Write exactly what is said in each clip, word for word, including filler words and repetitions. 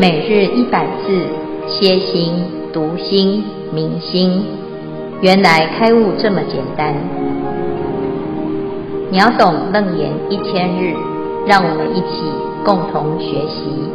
每日一百字，歇心、读心、明心，原来开悟这么简单。秒懂楞严一千日，让我们一起共同学习。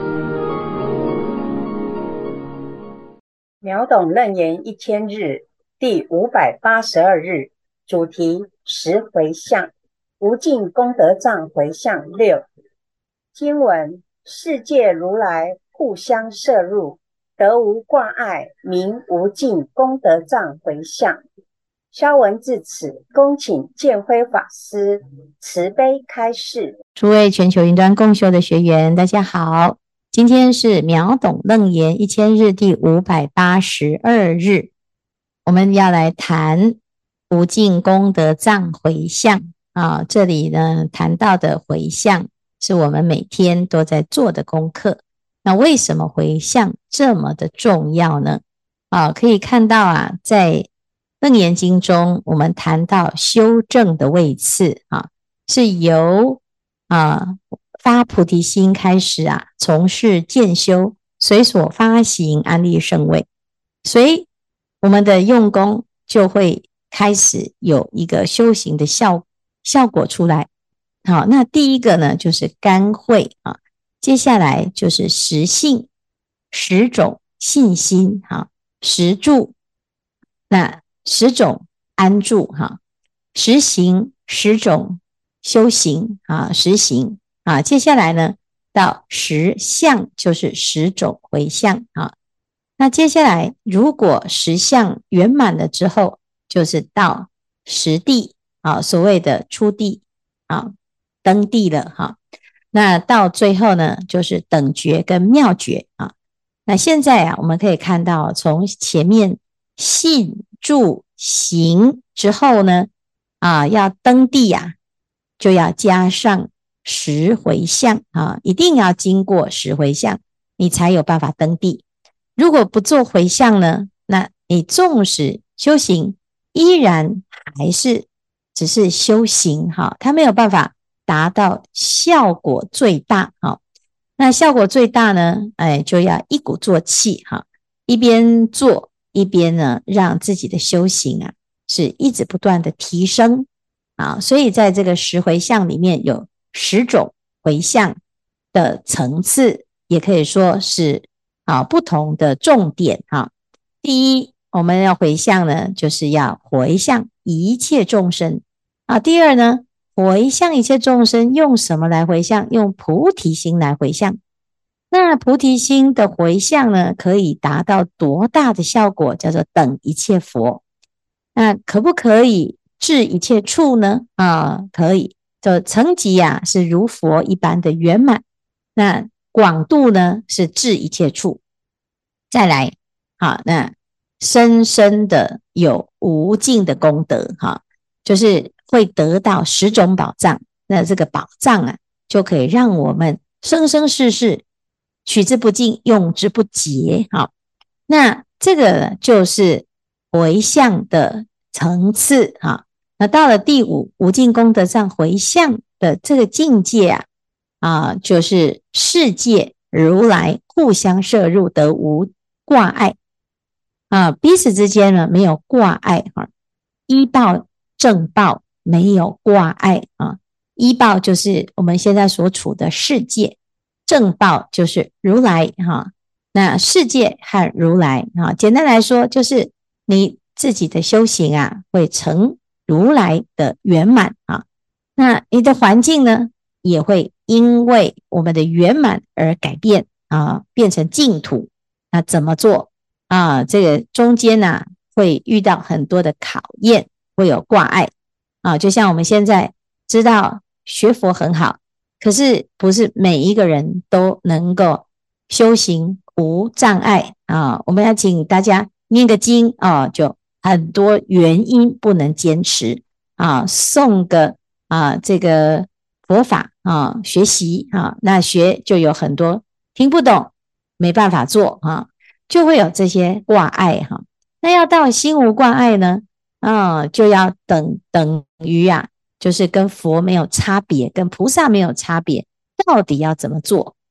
秒懂楞严一千日第五百八十二日，主题十回向，无尽功德藏回向六。经文：世界如来互相摄入，得无挂碍，名无尽功德藏回向。消文至此，恭请建辉法师慈悲开示。 诸位全球云端共修的学员，大家好，今天是秒懂楞严一千日第五百八十二日，我们要来谈无尽功德藏回向啊。这里呢谈到的回向，是我们每天都在做的功课。那为什么回向这么的重要呢？啊，可以看到啊，在楞严经中，我们谈到修正的位次啊，是由啊发菩提心开始啊，从事渐修，随所发行安立圣位，所以我们的用功就会开始有一个修行的效效果出来。好，那第一个呢，就是甘慧啊，接下来就是实信、十种信心哈，十住，那十种安住哈，实行十种修行啊，实行啊，接下来呢到十相，就是十种回向啊。那接下来如果十相圆满了之后，就是到十地啊，所谓的初地啊，登地了哈。那到最后呢，就是等觉跟妙觉啊。那现在啊，我们可以看到，从前面信、住、行之后呢，啊，要登地啊，就要加上十回向啊，一定要经过十回向，你才有办法登地。如果不做回向呢，那你纵使修行，依然还是只是修行哈，它没有办法达到效果最大哈。那效果最大呢，哎，就要一鼓作气哈，一边做一边呢，让自己的修行啊是一直不断的提升啊。所以在这个十回向里面有十种回向的层次，也可以说是啊不同的重点哈。第一，我们要回向呢，就是要回向一切众生啊。第二呢，回向一切众生，用什么来回向？用菩提心来回向。那菩提心的回向呢，可以达到多大的效果？叫做等一切佛。那可不可以至一切处呢？啊，可以。这层级啊，是如佛一般的圆满。那广度呢，是至一切处。再来，好，那深深的有无尽的功德，哈，就是会得到十种宝藏。那这个宝藏啊，就可以让我们生生世世取之不尽，用之不竭。好，那这个就是回向的层次哈。那到了第五无尽功德藏回向的这个境界啊，啊，就是世界如来互相摄入，得无挂碍啊，彼此之间呢没有挂碍哈。依报正报没有挂碍啊，依报就是我们现在所处的世界，正报就是如来哈。那世界和如来啊，简单来说就是你自己的修行啊，会成如来的圆满啊。那你的环境呢，也会因为我们的圆满而改变啊，变成净土。那怎么做啊？这个中间呢、啊，会遇到很多的考验，会有挂碍啊。就像我们现在知道学佛很好，可是不是每一个人都能够修行无障碍啊。我们要请大家念个经啊，就很多原因不能坚持啊。诵个啊这个佛法啊，学习啊，那学就有很多听不懂，没办法做啊，就会有这些挂碍哈。那要到心无挂碍呢，啊，就要等等于啊，就是跟佛没有差别，跟菩萨没有差别，到底要怎么做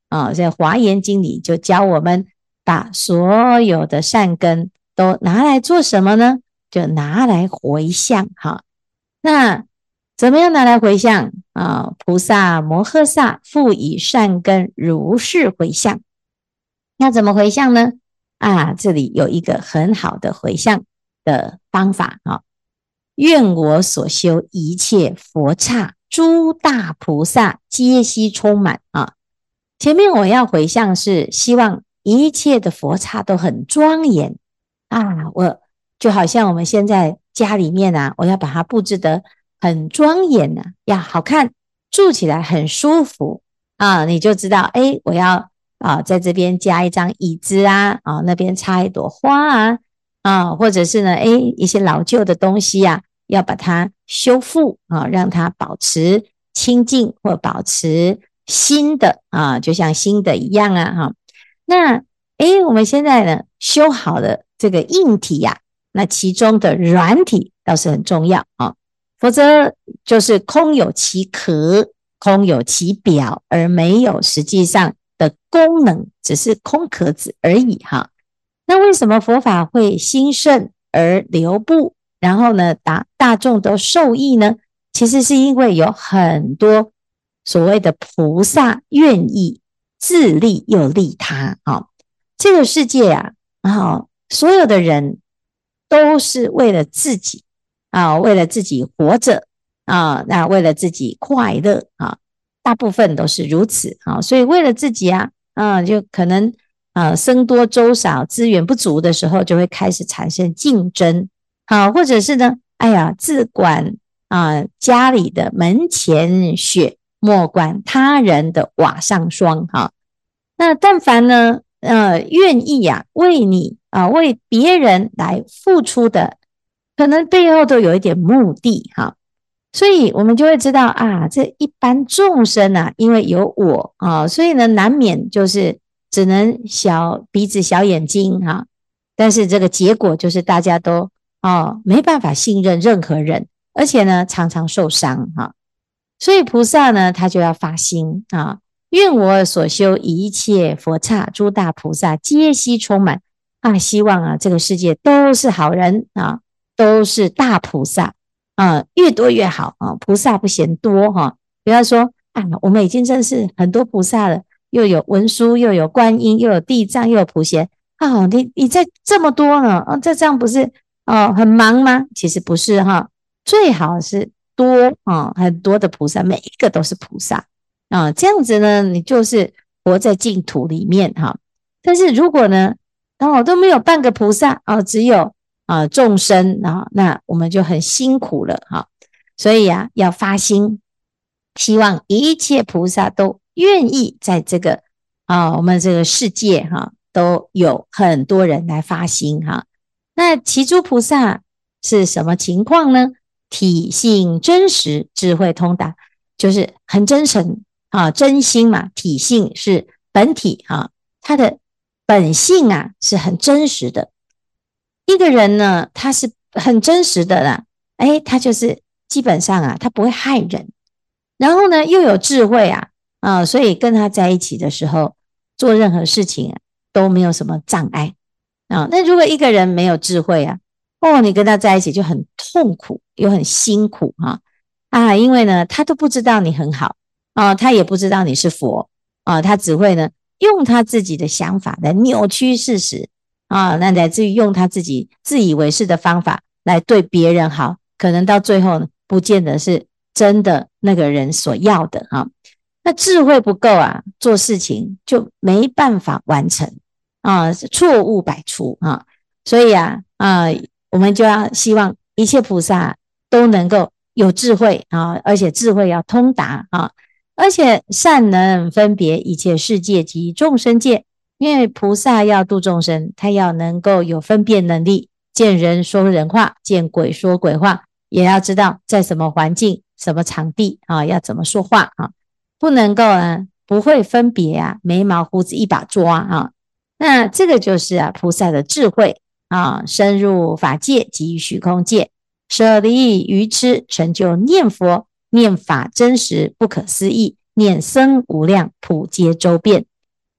啊，在《华严经》里就教我们把所有的善根都拿来做什么呢？就拿来回向哈。那怎么样拿来回向啊？菩萨摩诃萨复以善根如是回向。那怎么回向呢？啊，这里有一个很好的回向的方法啊。愿我所修一切佛刹诸大菩萨皆悉充满啊。前面我要回向是希望一切的佛刹都很庄严啊，我就好像我们现在家里面啊，我要把它布置得很庄严啊，要好看，住起来很舒服啊，你就知道诶，我要啊在这边加一张椅子啊，啊那边插一朵花啊，啊或者是呢诶一些老旧的东西啊，要把它修复啊，让它保持清净或保持新的啊，就像新的一样啊哈。那诶我们现在呢修好了这个硬体呀、啊，那其中的软体倒是很重要啊，否则就是空有其壳，空有其表，而没有实际上的功能，只是空壳子而已哈。那为什么佛法会兴盛而流布，然后呢大大众都受益呢？其实是因为有很多所谓的菩萨愿意自利又利他啊。这个世界啊，啊所有的人都是为了自己啊，为了自己活着啊，那为了自己快乐啊，大部分都是如此啊。所以为了自己啊，啊就可能啊僧多粥少，资源不足的时候，就会开始产生竞争啊，或者是呢，哎呀，自管啊家里的门前雪，莫管他人的瓦上霜哈。那但凡呢，呃，愿意呀、啊，为你啊，为别人来付出的，可能背后都有一点目的哈。所以我们就会知道啊，这一般众生啊，因为有我啊，所以呢，难免就是只能小鼻子小眼睛哈。但是这个结果就是大家都哦没办法信任任何人，而且呢常常受伤哈。所以菩萨呢，他就要发心啊，愿我所修一切佛刹诸大菩萨皆悉充满啊，希望啊这个世界都是好人啊，都是大菩萨啊，越多越好啊，菩萨不嫌多哈。不要说啊，我们已经真是很多菩萨了，又有文殊，又有观音，又有地藏，又有普贤啊，你你再这么多呢啊，这这样不是哦很忙吗？其实不是哈，最好是多啊，很多的菩萨，每一个都是菩萨啊，这样子呢，你就是活在净土里面哈。但是如果呢，哦都没有半个菩萨啊，只有啊众生啊，那我们就很辛苦了哈。所以啊，要发心，希望一切菩萨都愿意在这个啊我们这个世界哈，都有很多人来发心哈。那其诸菩萨是什么情况呢？体性真实，智慧通达，就是很真诚啊，真心嘛。体性是本体啊，他的本性啊是很真实的。一个人呢，他是很真实的啦，哎，他就是基本上啊，他不会害人，然后呢又有智慧啊啊，所以跟他在一起的时候，做任何事情啊都没有什么障碍啊。那如果一个人没有智慧啊，哦，你跟他在一起就很痛苦，又很辛苦哈啊，因为呢，他都不知道你很好啊，他也不知道你是佛啊，他只会呢用他自己的想法来扭曲事实啊，那乃至于用他自己自以为是的方法来对别人好，可能到最后呢，不见得是真的那个人所要的哈。那智慧不够啊，做事情就没办法完成啊，错误百出啊，所以啊啊。我们就要希望一切菩萨都能够有智慧啊，而且智慧要通达啊，而且善能分别一切世界及众生界。因为菩萨要度众生，他要能够有分辨能力，见人说人话，见鬼说鬼话，也要知道在什么环境、什么场地啊，要怎么说话啊，不能够啊不会分别啊，眉毛胡子一把抓啊。那这个就是啊菩萨的智慧。啊，深入法界及虚空界，舍离愚痴，成就念佛，念法真实不可思议，念僧无量，普皆周遍。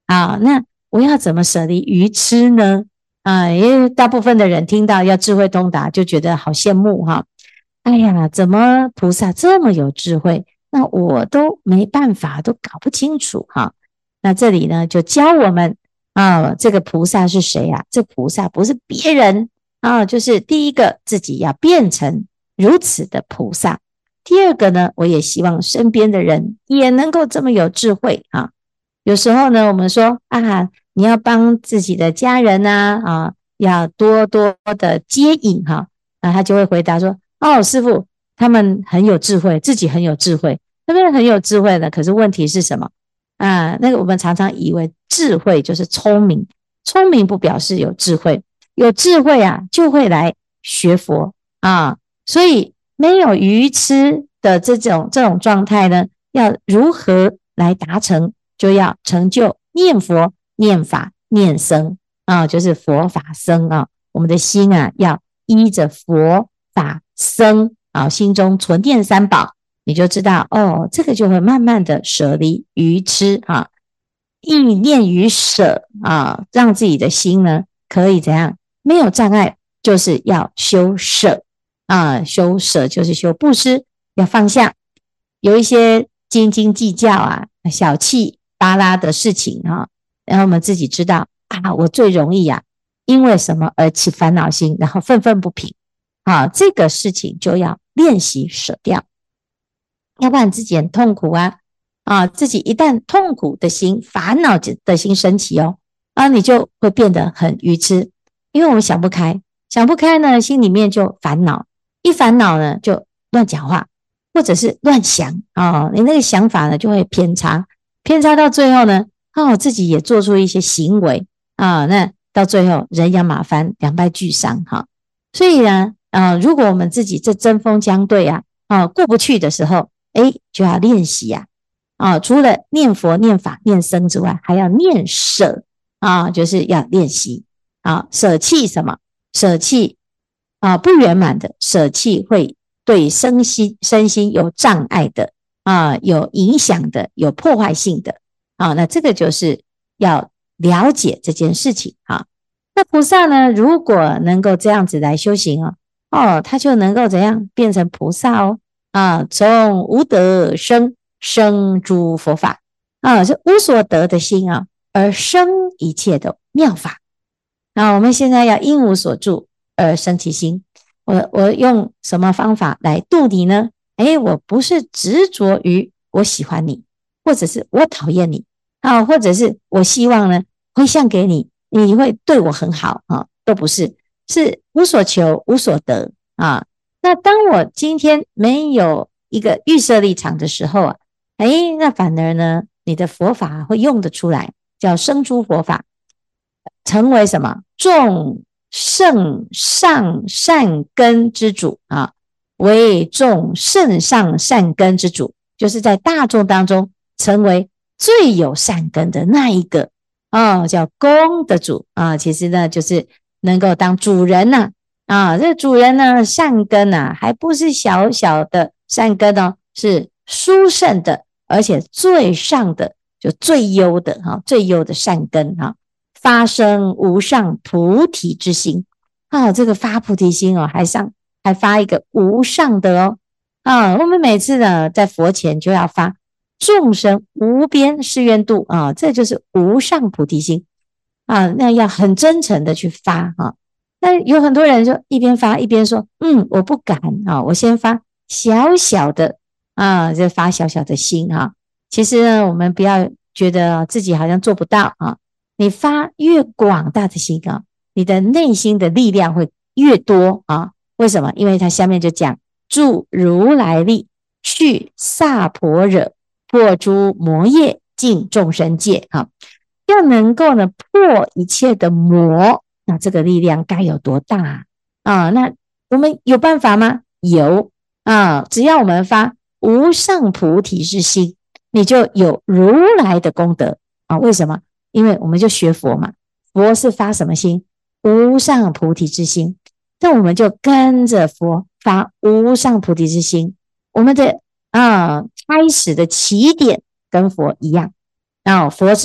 啊，那我要怎么舍离愚痴呢？啊，因为大部分的人听到要智慧通达，就觉得好羡慕哈。哎呀，怎么菩萨这么有智慧？那我都没办法，都搞不清楚哈。那这里呢，就教我们啊，这个菩萨是谁啊？这菩萨不是别人啊，就是第一个自己要变成如此的菩萨。第二个呢，我也希望身边的人也能够这么有智慧啊。有时候呢，我们说啊，你要帮自己的家人啊，啊，要多多的接引哈，那他就会回答说：哦，师父，他们很有智慧，自己很有智慧，他们很有智慧的。可是问题是什么啊？那个我们常常以为智慧就是聪明，聪明不表示有智慧，有智慧啊就会来学佛啊。所以没有愚痴的这种这种状态呢，要如何来达成？就要成就念佛、念法、念僧啊，就是佛法僧啊。我们的心啊，要依着佛法僧啊，心中存念三宝，你就知道哦，这个就会慢慢的舍离愚痴啊，意念于舍啊，让自己的心呢可以怎样？没有障碍，就是要修舍啊，修舍就是修布施，要放下，有一些斤斤计较啊、小气巴拉的事情哈，然后我们自己知道啊，我最容易啊，因为什么而起烦恼心，然后愤愤不平啊，这个事情就要练习舍掉，要不然自己很痛苦啊啊，自己一旦痛苦的心、烦恼的心升起哦，啊，你就会变得很愚痴，因为我们想不开，想不开呢，心里面就烦恼，一烦恼呢就乱讲话，或者是乱想啊，你那个想法呢就会偏差。偏差到最后呢，哦，自己也做出一些行为啊，那到最后人仰马翻，两败俱伤哈。所以呢，啊，如果我们自己这针锋相对啊，啊过不去的时候，哎，就要练习呀，啊，除了念佛、念法、念僧之外，还要念舍啊，就是要练习啊，舍弃什么？舍弃啊不圆满的，舍弃会对身心身心有障碍的。啊，有影响的，有破坏性的啊，那这个就是要了解这件事情啊。那菩萨呢，如果能够这样子来修行哦，哦，他就能够怎样变成菩萨哦啊，从无得生生诸佛法啊，是无所得的心啊，而生一切的妙法。那我们现在要因无所住而生其心，我我用什么方法来度你呢？哎，我不是执着于我喜欢你，或者是我讨厌你啊，或者是我希望呢回向给你，你会对我很好啊，都不是，是无所求无所得啊。那当我今天没有一个预设立场的时候啊，哎，那反而呢，你的佛法会用得出来，叫生诸佛法，成为什么众圣上善根之主啊。为众圣上善根之主，就是在大众当中成为最有善根的那一个啊、哦，叫功德主啊。其实呢，就是能够当主人呐 啊, 啊，这主人呢善根啊，还不是小小的善根哦，是殊胜的，而且最上的，就最优的哈、啊，最优的善根哈、啊，发生无上菩提之心啊，这个发菩提心哦，还上。还发一个无上的哦啊！我们每次呢在佛前就要发众生无边誓愿度啊，这就是无上菩提心啊！那要很真诚的去发啊。那有很多人就一边发一边说，嗯，我不敢啊，我先发小小的啊，就发小小的心哈、啊。其实呢，我们不要觉得自己好像做不到啊，你发越广大的心啊，你的内心的力量会越多啊。为什么？因为它下面就讲助如来力，去萨婆惹，破诸魔业，尽众生戒啊，要能够呢破一切的魔，那这个力量该有多大啊？那我们有办法吗？有啊，只要我们发无上菩提之心，你就有如来的功德啊。为什么？因为我们就学佛嘛，佛是发什么心？无上菩提之心。那我们就跟着佛发无上菩提之心，我们的啊开始的起点跟佛一样啊，佛是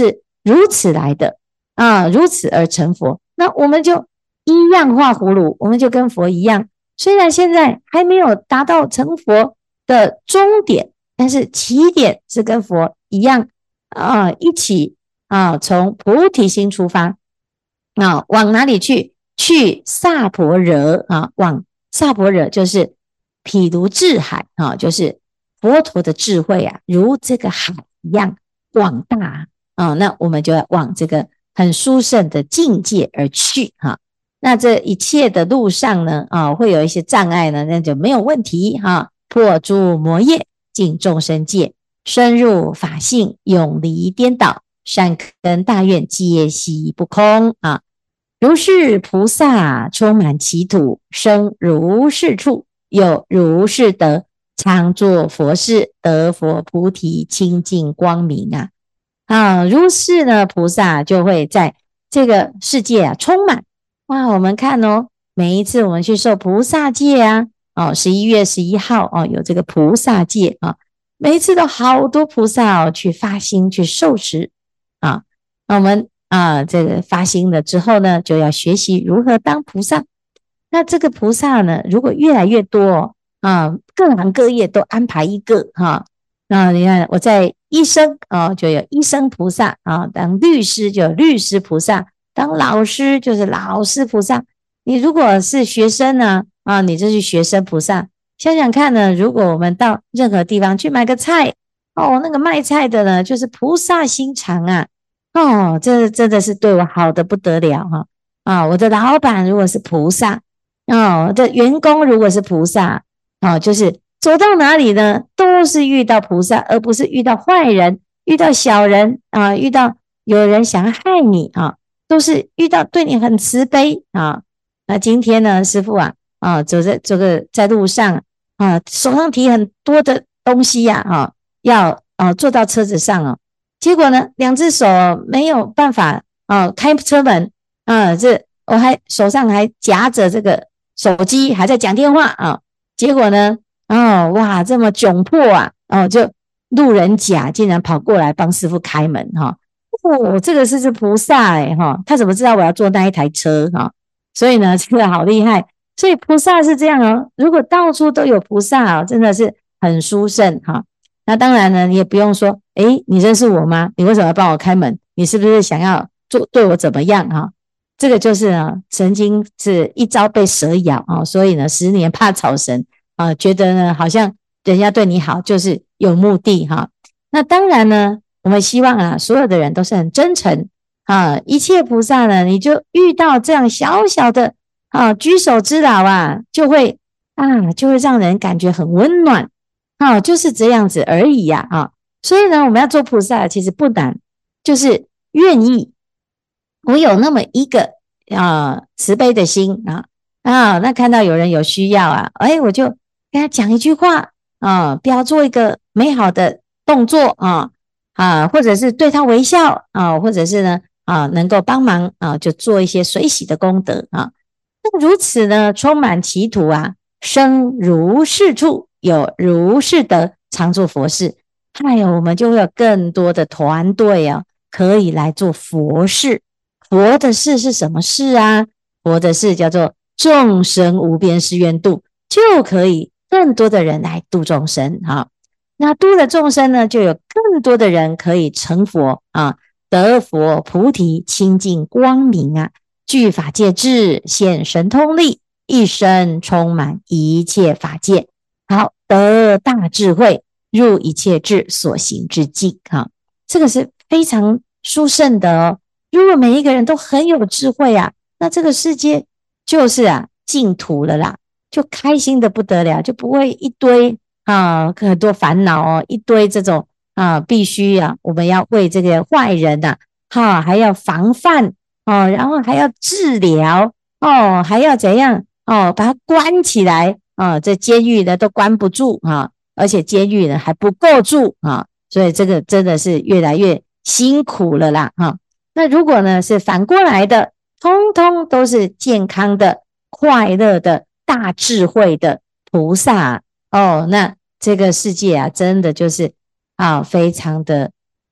如此来的啊，如此而成佛。那我们就一样画葫芦，我们就跟佛一样。虽然现在还没有达到成佛的终点，但是起点是跟佛一样啊，一起啊，从菩提心出发啊，往哪里去？去萨婆惹啊，往萨婆惹就是譬如智海啊，就是佛陀的智慧啊，如这个海一样广大啊。那我们就要往这个很殊胜的境界而去哈、啊。那这一切的路上呢啊，会有一些障碍呢，那就没有问题哈、啊。破诸魔业，尽众生界，深入法性，永离颠倒，善根大愿皆悉不空啊。如是菩萨充满其土，生如是处，有如是德，常作佛事，得佛菩提清净光明啊！啊，如是呢，菩萨就会在这个世界啊充满。哇，我们看哦，每一次我们去受菩萨戒啊，哦，十一月十一号哦，有这个菩萨戒啊，每一次都好多菩萨哦去发心去受持啊，那我们。啊，这个发心了之后呢，就要学习如何当菩萨。那这个菩萨呢，如果越来越多啊，各行各业都安排一个哈。那你看，我在医生啊，就有医生菩萨啊；当律师就有律师菩萨；当老师就是老师菩萨。你如果是学生呢，啊，你就是学生菩萨。想想看呢，如果我们到任何地方去买个菜，哦，那个卖菜的呢，就是菩萨心肠啊。哦，这真的是对我好的不得了哈！啊，我的老板如果是菩萨，哦，这员工如果是菩萨，哦，就是走到哪里呢，都是遇到菩萨，而不是遇到坏人、遇到小人啊，遇到有人想要害你啊，都是遇到对你很慈悲啊。那今天呢，师父啊，啊，走在这个在路上啊，手上提很多的东西呀、啊，啊，要啊坐到车子上啊。结果呢，两只手没有办法啊、哦、开车门啊，这我还手上还夹着这个手机，还在讲电话啊、哦。结果呢，哦哇，这么窘迫啊，哦就路人甲竟然跑过来帮师父开门哈、哦，哦这个是是菩萨哎哈，他怎么知道我要坐那一台车哈、哦？所以呢，这个好厉害，所以菩萨是这样哦，如果到处都有菩萨哦，真的是很殊胜哈。哦那当然呢，你也不用说，诶，你认识我吗？你为什么要帮我开门？你是不是想要做对我怎么样哈？这个就是啊，曾经是一朝被蛇咬啊，所以呢，十年怕草绳啊，觉得呢，好像人家对你好就是有目的哈。那当然呢，我们希望啊，所有的人都是很真诚啊，一切菩萨呢，你就遇到这样小小的啊居手之劳啊，就会啊，就会让人感觉很温暖。啊，就是这样子而已呀、啊，啊，所以呢，我们要做菩萨其实不难，就是愿意，我有那么一个啊慈悲的心啊啊，那看到有人有需要啊，哎，我就跟他讲一句话啊，不要做一个美好的动作啊啊，或者是对他微笑啊，或者是呢啊能够帮忙啊，就做一些随喜的功德啊，那如此呢，充满其土啊，生如是处。有如是德，常做佛事，还有我们就会有更多的团队啊，可以来做佛事。佛的事是什么事啊？佛的事叫做众生无边誓愿度，就可以更多的人来度众生啊。那度了众生呢，就有更多的人可以成佛啊，得佛菩提清净光明啊，具法界智，现神通力，一生充满一切法界。好，得大智慧，入一切智所行之境啊，这个是非常殊胜的哦。如果每一个人都很有智慧啊，那这个世界就是啊净土了啦，就开心的不得了，就不会一堆啊很多烦恼哦，一堆这种啊必须啊我们要为这个坏人呐、啊，哈、啊、还要防范哦，然后还要治疗哦，还要怎样哦，把它关起来。啊，这监狱呢都关不住啊，而且监狱呢还不够住啊，所以这个真的是越来越辛苦了啦哈、啊。那如果呢是反过来的，通通都是健康的、快乐的、大智慧的菩萨哦，那这个世界啊，真的就是啊非常的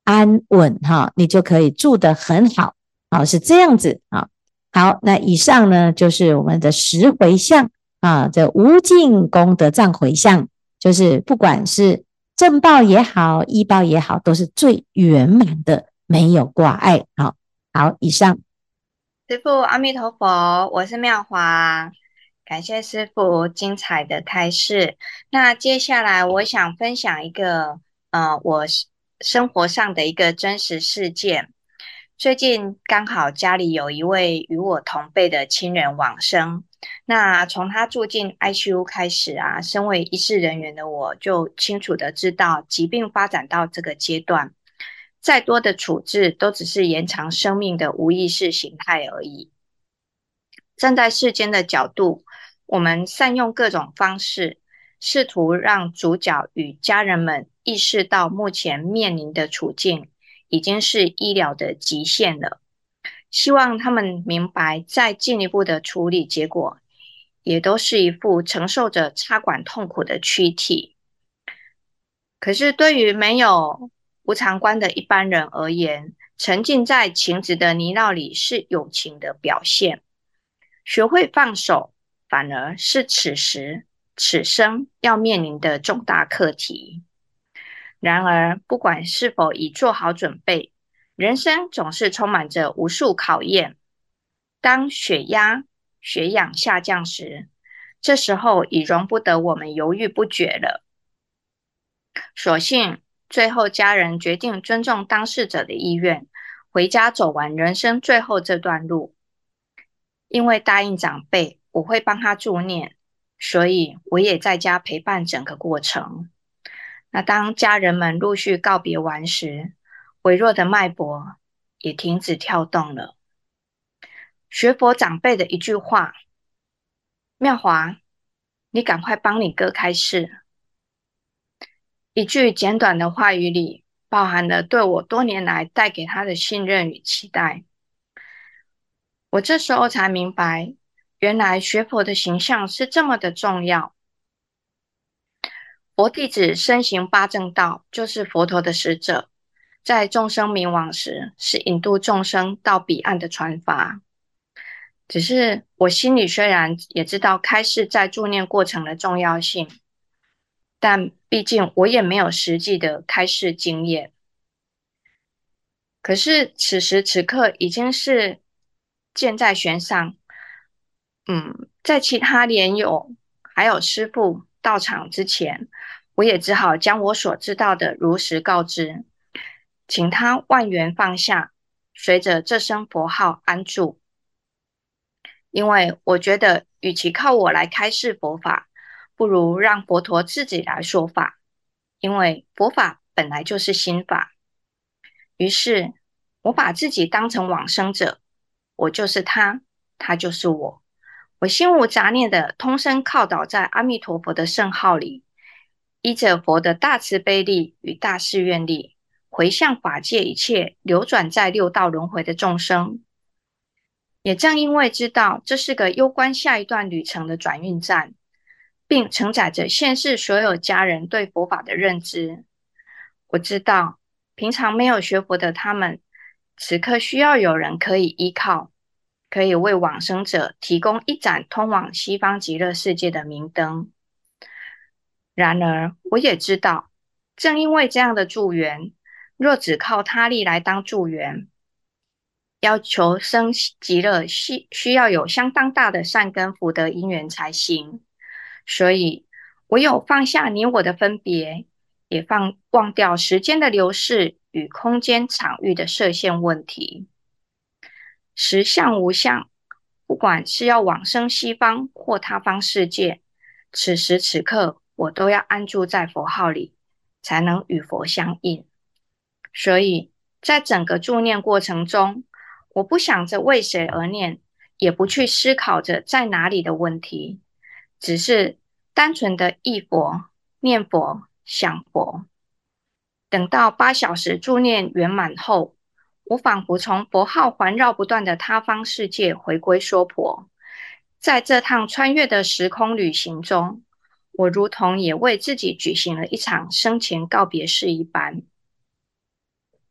安稳哈，你就可以住得很好，好，是这样子啊。好，那以上呢就是我们的十回向啊，这无尽功德藏回向，就是不管是正报也好，依报也好，都是最圆满的，没有挂碍。好，好，以上。 师父阿弥陀佛，我是妙华，感谢师父精彩的开示。那接下来我想分享一个呃我生活上的一个真实事件。最近刚好家里有一位与我同辈的亲人往生，那从他住进 I C U 开始啊，身为医事人员的我就清楚的知道，疾病发展到这个阶段，再多的处置都只是延长生命的无意识形态而已。站在世间的角度，我们善用各种方式，试图让主角与家人们意识到目前面临的处境已经是医疗的极限了，希望他们明白再进一步的处理结果也都是一副承受着插管痛苦的躯体。可是对于没有无常观的一般人而言，沉浸在情执的泥淖里是友情的表现，学会放手反而是此时此生要面临的重大课题。然而不管是否已做好准备，人生总是充满着无数考验。当血压血氧下降时，这时候已容不得我们犹豫不决了。所幸最后家人决定尊重当事者的意愿，回家走完人生最后这段路。因为答应长辈我会帮他助念，所以我也在家陪伴整个过程。那当家人们陆续告别完时，微弱的脉搏也停止跳动了。学佛长辈的一句话：妙华，你赶快帮你哥开示。一句简短的话语里，包含了对我多年来带给他的信任与期待。我这时候才明白，原来学佛的形象是这么的重要。佛弟子身行八正道，就是佛陀的使者，在众生冥亡时，是引渡众生到彼岸的传法。只是我心里虽然也知道开示在助念过程的重要性，但毕竟我也没有实际的开示经验。可是此时此刻已经是箭在弦上，嗯，在其他莲友还有师父到场之前，我也只好将我所知道的如实告知，请他万缘放下，随着这声佛号安住。因为我觉得与其靠我来开示佛法，不如让佛陀自己来说法，因为佛法本来就是心法。于是我把自己当成往生者，我就是他，他就是我。我心无杂念的通身靠倒在阿弥陀佛的圣号里，依着佛的大慈悲力与大誓愿力，回向法界一切流转在六道轮回的众生。也正因为知道这是个攸关下一段旅程的转运站，并承载着现世所有家人对佛法的认知，我知道平常没有学佛的他们，此刻需要有人可以依靠，可以为往生者提供一盏通往西方极乐世界的明灯。然而我也知道，正因为这样的助缘，若只靠他力来当助缘，要求生极乐需需要有相当大的善根福德因缘才行。所以唯有放下你我的分别，也放忘掉时间的流逝与空间场域的设限问题。实相无相，不管是要往生西方或他方世界，此时此刻我都要安住在佛号里，才能与佛相应。所以在整个助念过程中，我不想着为谁而念，也不去思考着在哪里的问题，只是单纯的忆佛、念佛、想佛。等到八小时助念圆满后，我仿佛从佛号环绕不断的他方世界回归娑婆。在这趟穿越的时空旅行中，我如同也为自己举行了一场生前告别式一般。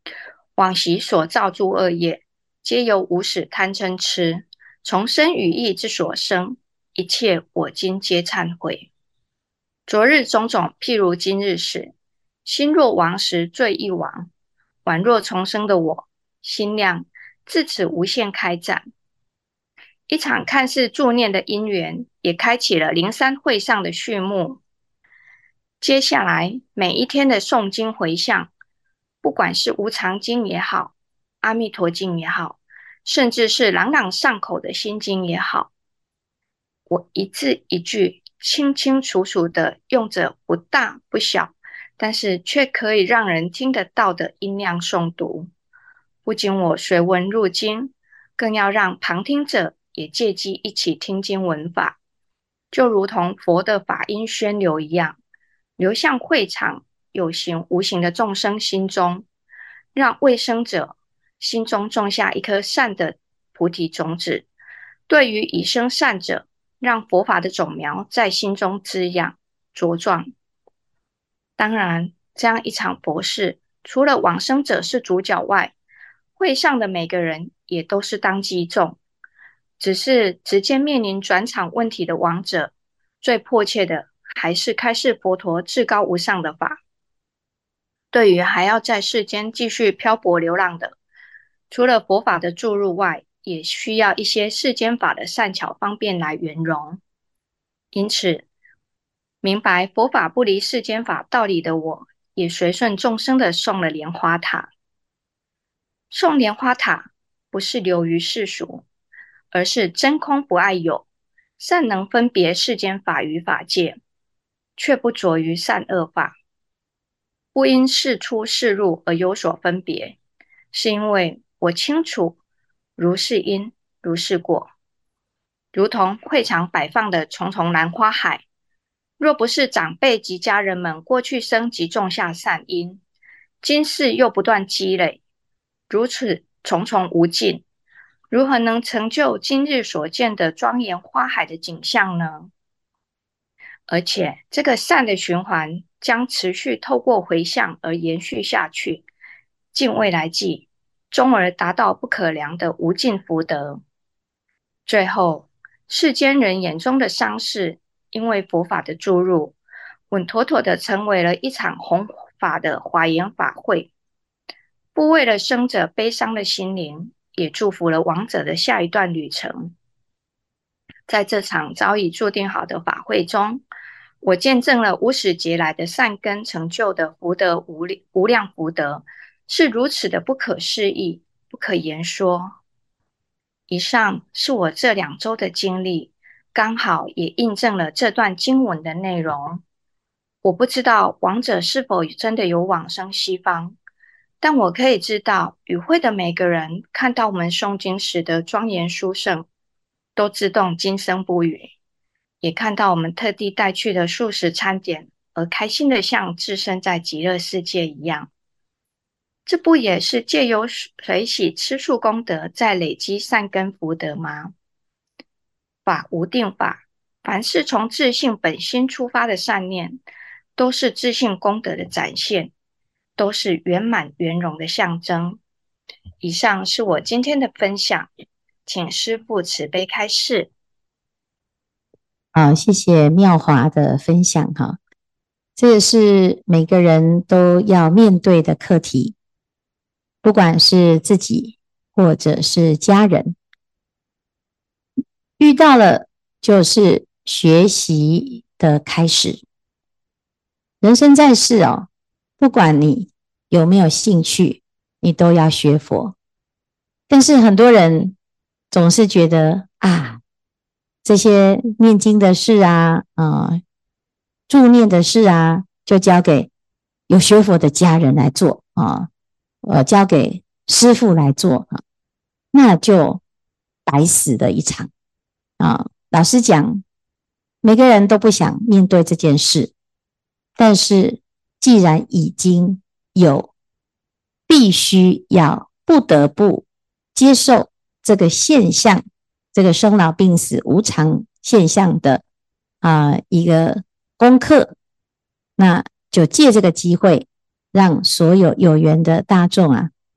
往昔所造诸恶业，皆由无始贪嗔痴，从身语意之所生，一切我今皆忏悔。昨日种种，譬如今日始。心若亡时，罪亦亡。宛若重生的我，心量自此无限开展。一场看似助念的因缘，也开启了灵山会上的序幕。接下来每一天的诵经回向，不管是无常经也好，阿弥陀经也好，甚至是朗朗上口的心经也好，我一字一句清清楚楚的用着不大不小，但是却可以让人听得到的音量诵读。不仅我随文入经，更要让旁听者也借机一起听经闻法，就如同佛的法音宣流一样，流向会场有形无形的众生心中，让未生者心中种下一颗善的菩提种子，对于已生善者，让佛法的种苗在心中滋养茁壮。当然，这样一场佛事，除了往生者是主角外，会上的每个人也都是当机众。只是直接面临转场问题的亡者，最迫切的还是开示佛陀至高无上的法。对于还要在世间继续漂泊流浪的，除了佛法的注入外，也需要一些世间法的善巧方便来圆融。因此，明白佛法不离世间法道理的我，也随顺众生的诵了莲花塔。诵莲花塔不是流于世俗，而是真空不爱有，善能分别世间法与法界，却不着于善恶法，不因事出事入而有所分别，是因为我清楚如是因如是果。如同会场摆放的重重兰花海，若不是长辈及家人们过去生即种下善因，今世又不断积累，如此重重无尽，如何能成就今日所见的庄严花海的景象呢？而且这个善的循环将持续透过回向而延续下去，尽未来际，终而达到不可量的无尽福德。最后，世间人眼中的丧事，因为佛法的注入，稳妥妥的成为了一场弘法的华严法会，不为了生者悲伤的心灵，也祝福了亡者的下一段旅程。在这场早已注定好的法会中，我见证了无始劫来的善根成就的福德无无量福德，是如此的不可思议，不可言说。以上是我这两周的经历，刚好也印证了这段经文的内容。我不知道亡者是否真的有往生西方，但我可以知道，与会的每个人看到我们诵经时的庄严殊胜，都自动今生不语，也看到我们特地带去的素食餐点，而开心的像置身在极乐世界一样。这不也是借由随喜吃素功德，在累积善根福德吗？法无定法，凡是从自性本心出发的善念，都是自性功德的展现，都是圆满圆融的象征。以上是我今天的分享，请师父慈悲开示。 好，谢谢妙华的分享哈。这是每个人都要面对的课题，不管是自己或者是家人，遇到了就是学习的开始。人生在世哦，不管你有没有兴趣，你都要学佛。但是很多人总是觉得啊，这些念经的事啊，呃，助念的事啊，就交给有学佛的家人来做啊，呃，交给师父来做啊，那就白死的一场啊。老实讲，每个人都不想面对这件事，但是既然已经有，必须要不得不接受这个现象，这个生老病死无常现象的啊、呃、一个功课，那就借这个机会，让所有有缘的大众啊，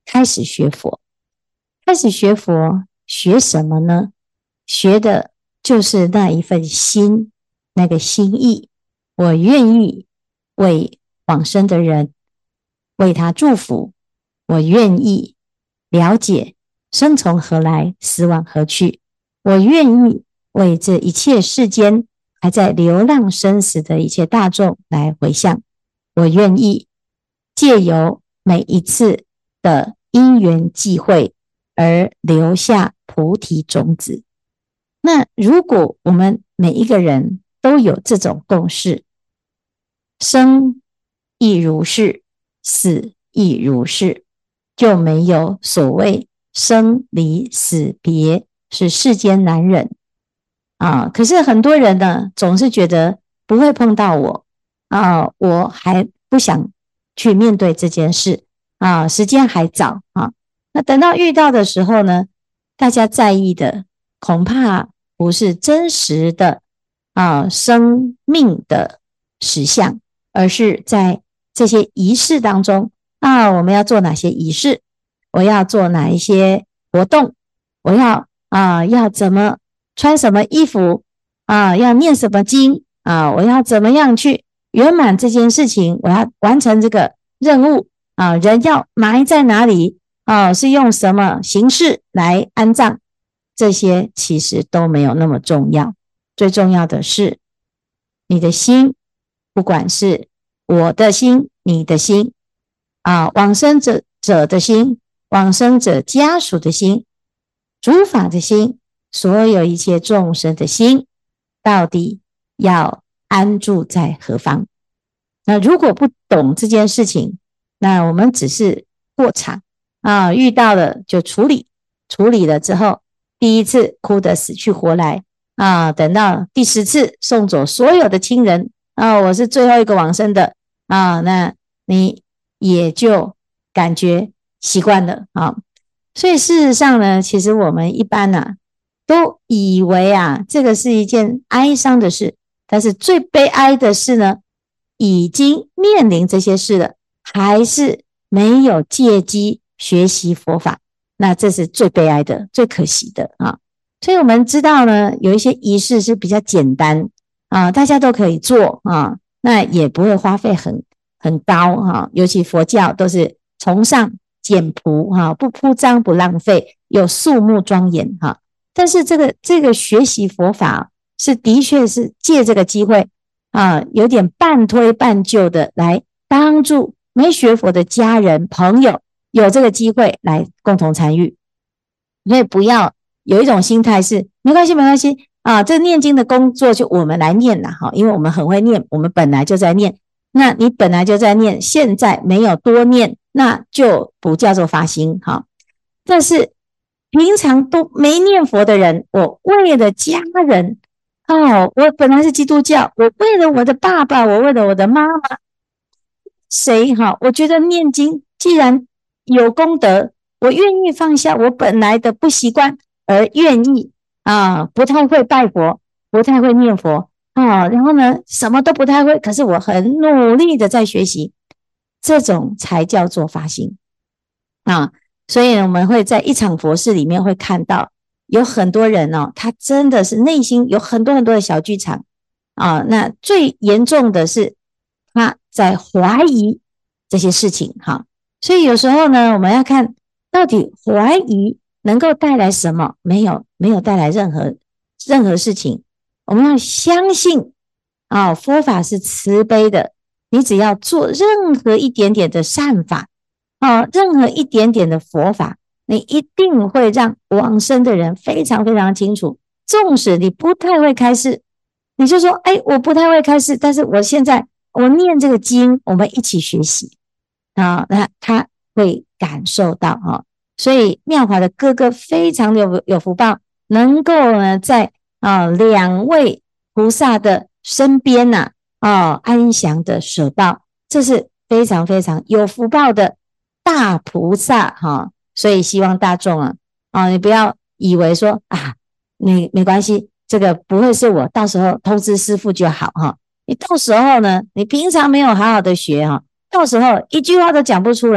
开始学佛。开始学佛，学什么呢？学的就是那一份心，那个心意。我愿意为往生的人为他祝福，我愿意了解生从何来，死往何去，我愿意为这一切世间还在流浪生死的一切大众来回向，我愿意借由每一次的因缘际会而留下菩提种子。那如果我们每一个人都有这种共识，生亦如是，死亦如是，就没有所谓生离死别是世间难忍啊。可是很多人呢，总是觉得不会碰到我啊，我还不想去面对这件事啊，时间还早啊。那等到遇到的时候呢，大家在意的恐怕不是真实的啊生命的实相，而是在这些仪式当中啊，我们要做哪些仪式，我要做哪一些活动，我要啊要怎么穿什么衣服啊，要念什么经啊，我要怎么样去圆满这件事情，我要完成这个任务啊，人要埋在哪里啊，是用什么形式来安葬，这些其实都没有那么重要。最重要的是你的心，不管是我的心，你的心啊，往生者者的心，往生者家属的心，诸法的心，所有一切众生的心，到底要安住在何方？那如果不懂这件事情，那我们只是过场啊，遇到了就处理，处理了之后，第一次哭得死去活来啊，等到第十次送走所有的亲人啊，我是最后一个往生的啊，那你也就感觉习惯了啊。所以事实上呢，其实我们一般啊都以为啊这个是一件哀伤的事，但是最悲哀的是呢，已经面临这些事了，还是没有借机学习佛法，那这是最悲哀的，最可惜的啊。所以我们知道呢，有一些仪式是比较简单啊，大家都可以做啊，那也不会花费很很高啊，尤其佛教都是崇尚简朴哈、啊，不铺张不浪费，有肃穆庄严哈、啊。但是这个这个学习佛法是的确是借这个机会啊，有点半推半就的来帮助没学佛的家人朋友有这个机会来共同参与。所以不要有一种心态是没关系没关系啊，这念经的工作就我们来念啦哈，因为我们很会念，我们本来就在念。那你本来就在念，现在没有多念，那就不叫做发心哈。但是平常都没念佛的人，我为了家人哦，我本来是基督教，我为了我的爸爸，我为了我的妈妈，谁哈？我觉得念经既然有功德，我愿意放下我本来的不习惯，而愿意啊，不太会拜佛，不太会念佛啊，然后呢，什么都不太会，可是我很努力的在学习，这种才叫做发心啊。所以我们会在一场佛事里面会看到有很多人哦，他真的是内心有很多很多的小剧场啊。那最严重的是他在怀疑这些事情哈。所以有时候呢，我们要看到底怀疑能够带来什么？没有，没有带来任何任何事情。我们要相信啊，佛法是慈悲的，你只要做任何一点点的善法啊，任何一点点的佛法，你一定会让往生的人非常非常清楚。纵使你不太会开示，你就说哎，我不太会开示，但是我现在我念这个经，我们一起学习啊，那他会感受到啊。所以妙华的哥哥非常有有福报，能够呢在啊两位菩萨的身边呐、啊，啊安详的舍报，这是非常非常有福报的大菩萨哈、啊。所以希望大众啊啊，你不要以为说啊，你没关系，这个不会是我，到时候通知师父就好哈、啊。你到时候呢，你平常没有好好的学哈、啊，到时候一句话都讲不出来，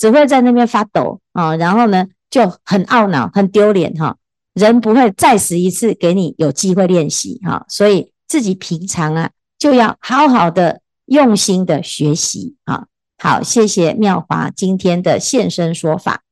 只会在那边发抖啊，然后呢就很懊恼很丢脸哈，人不会再死一次给你有机会练习哈，所以自己平常啊就要好好的用心的学习啊。好，谢谢妙华今天的现身说法。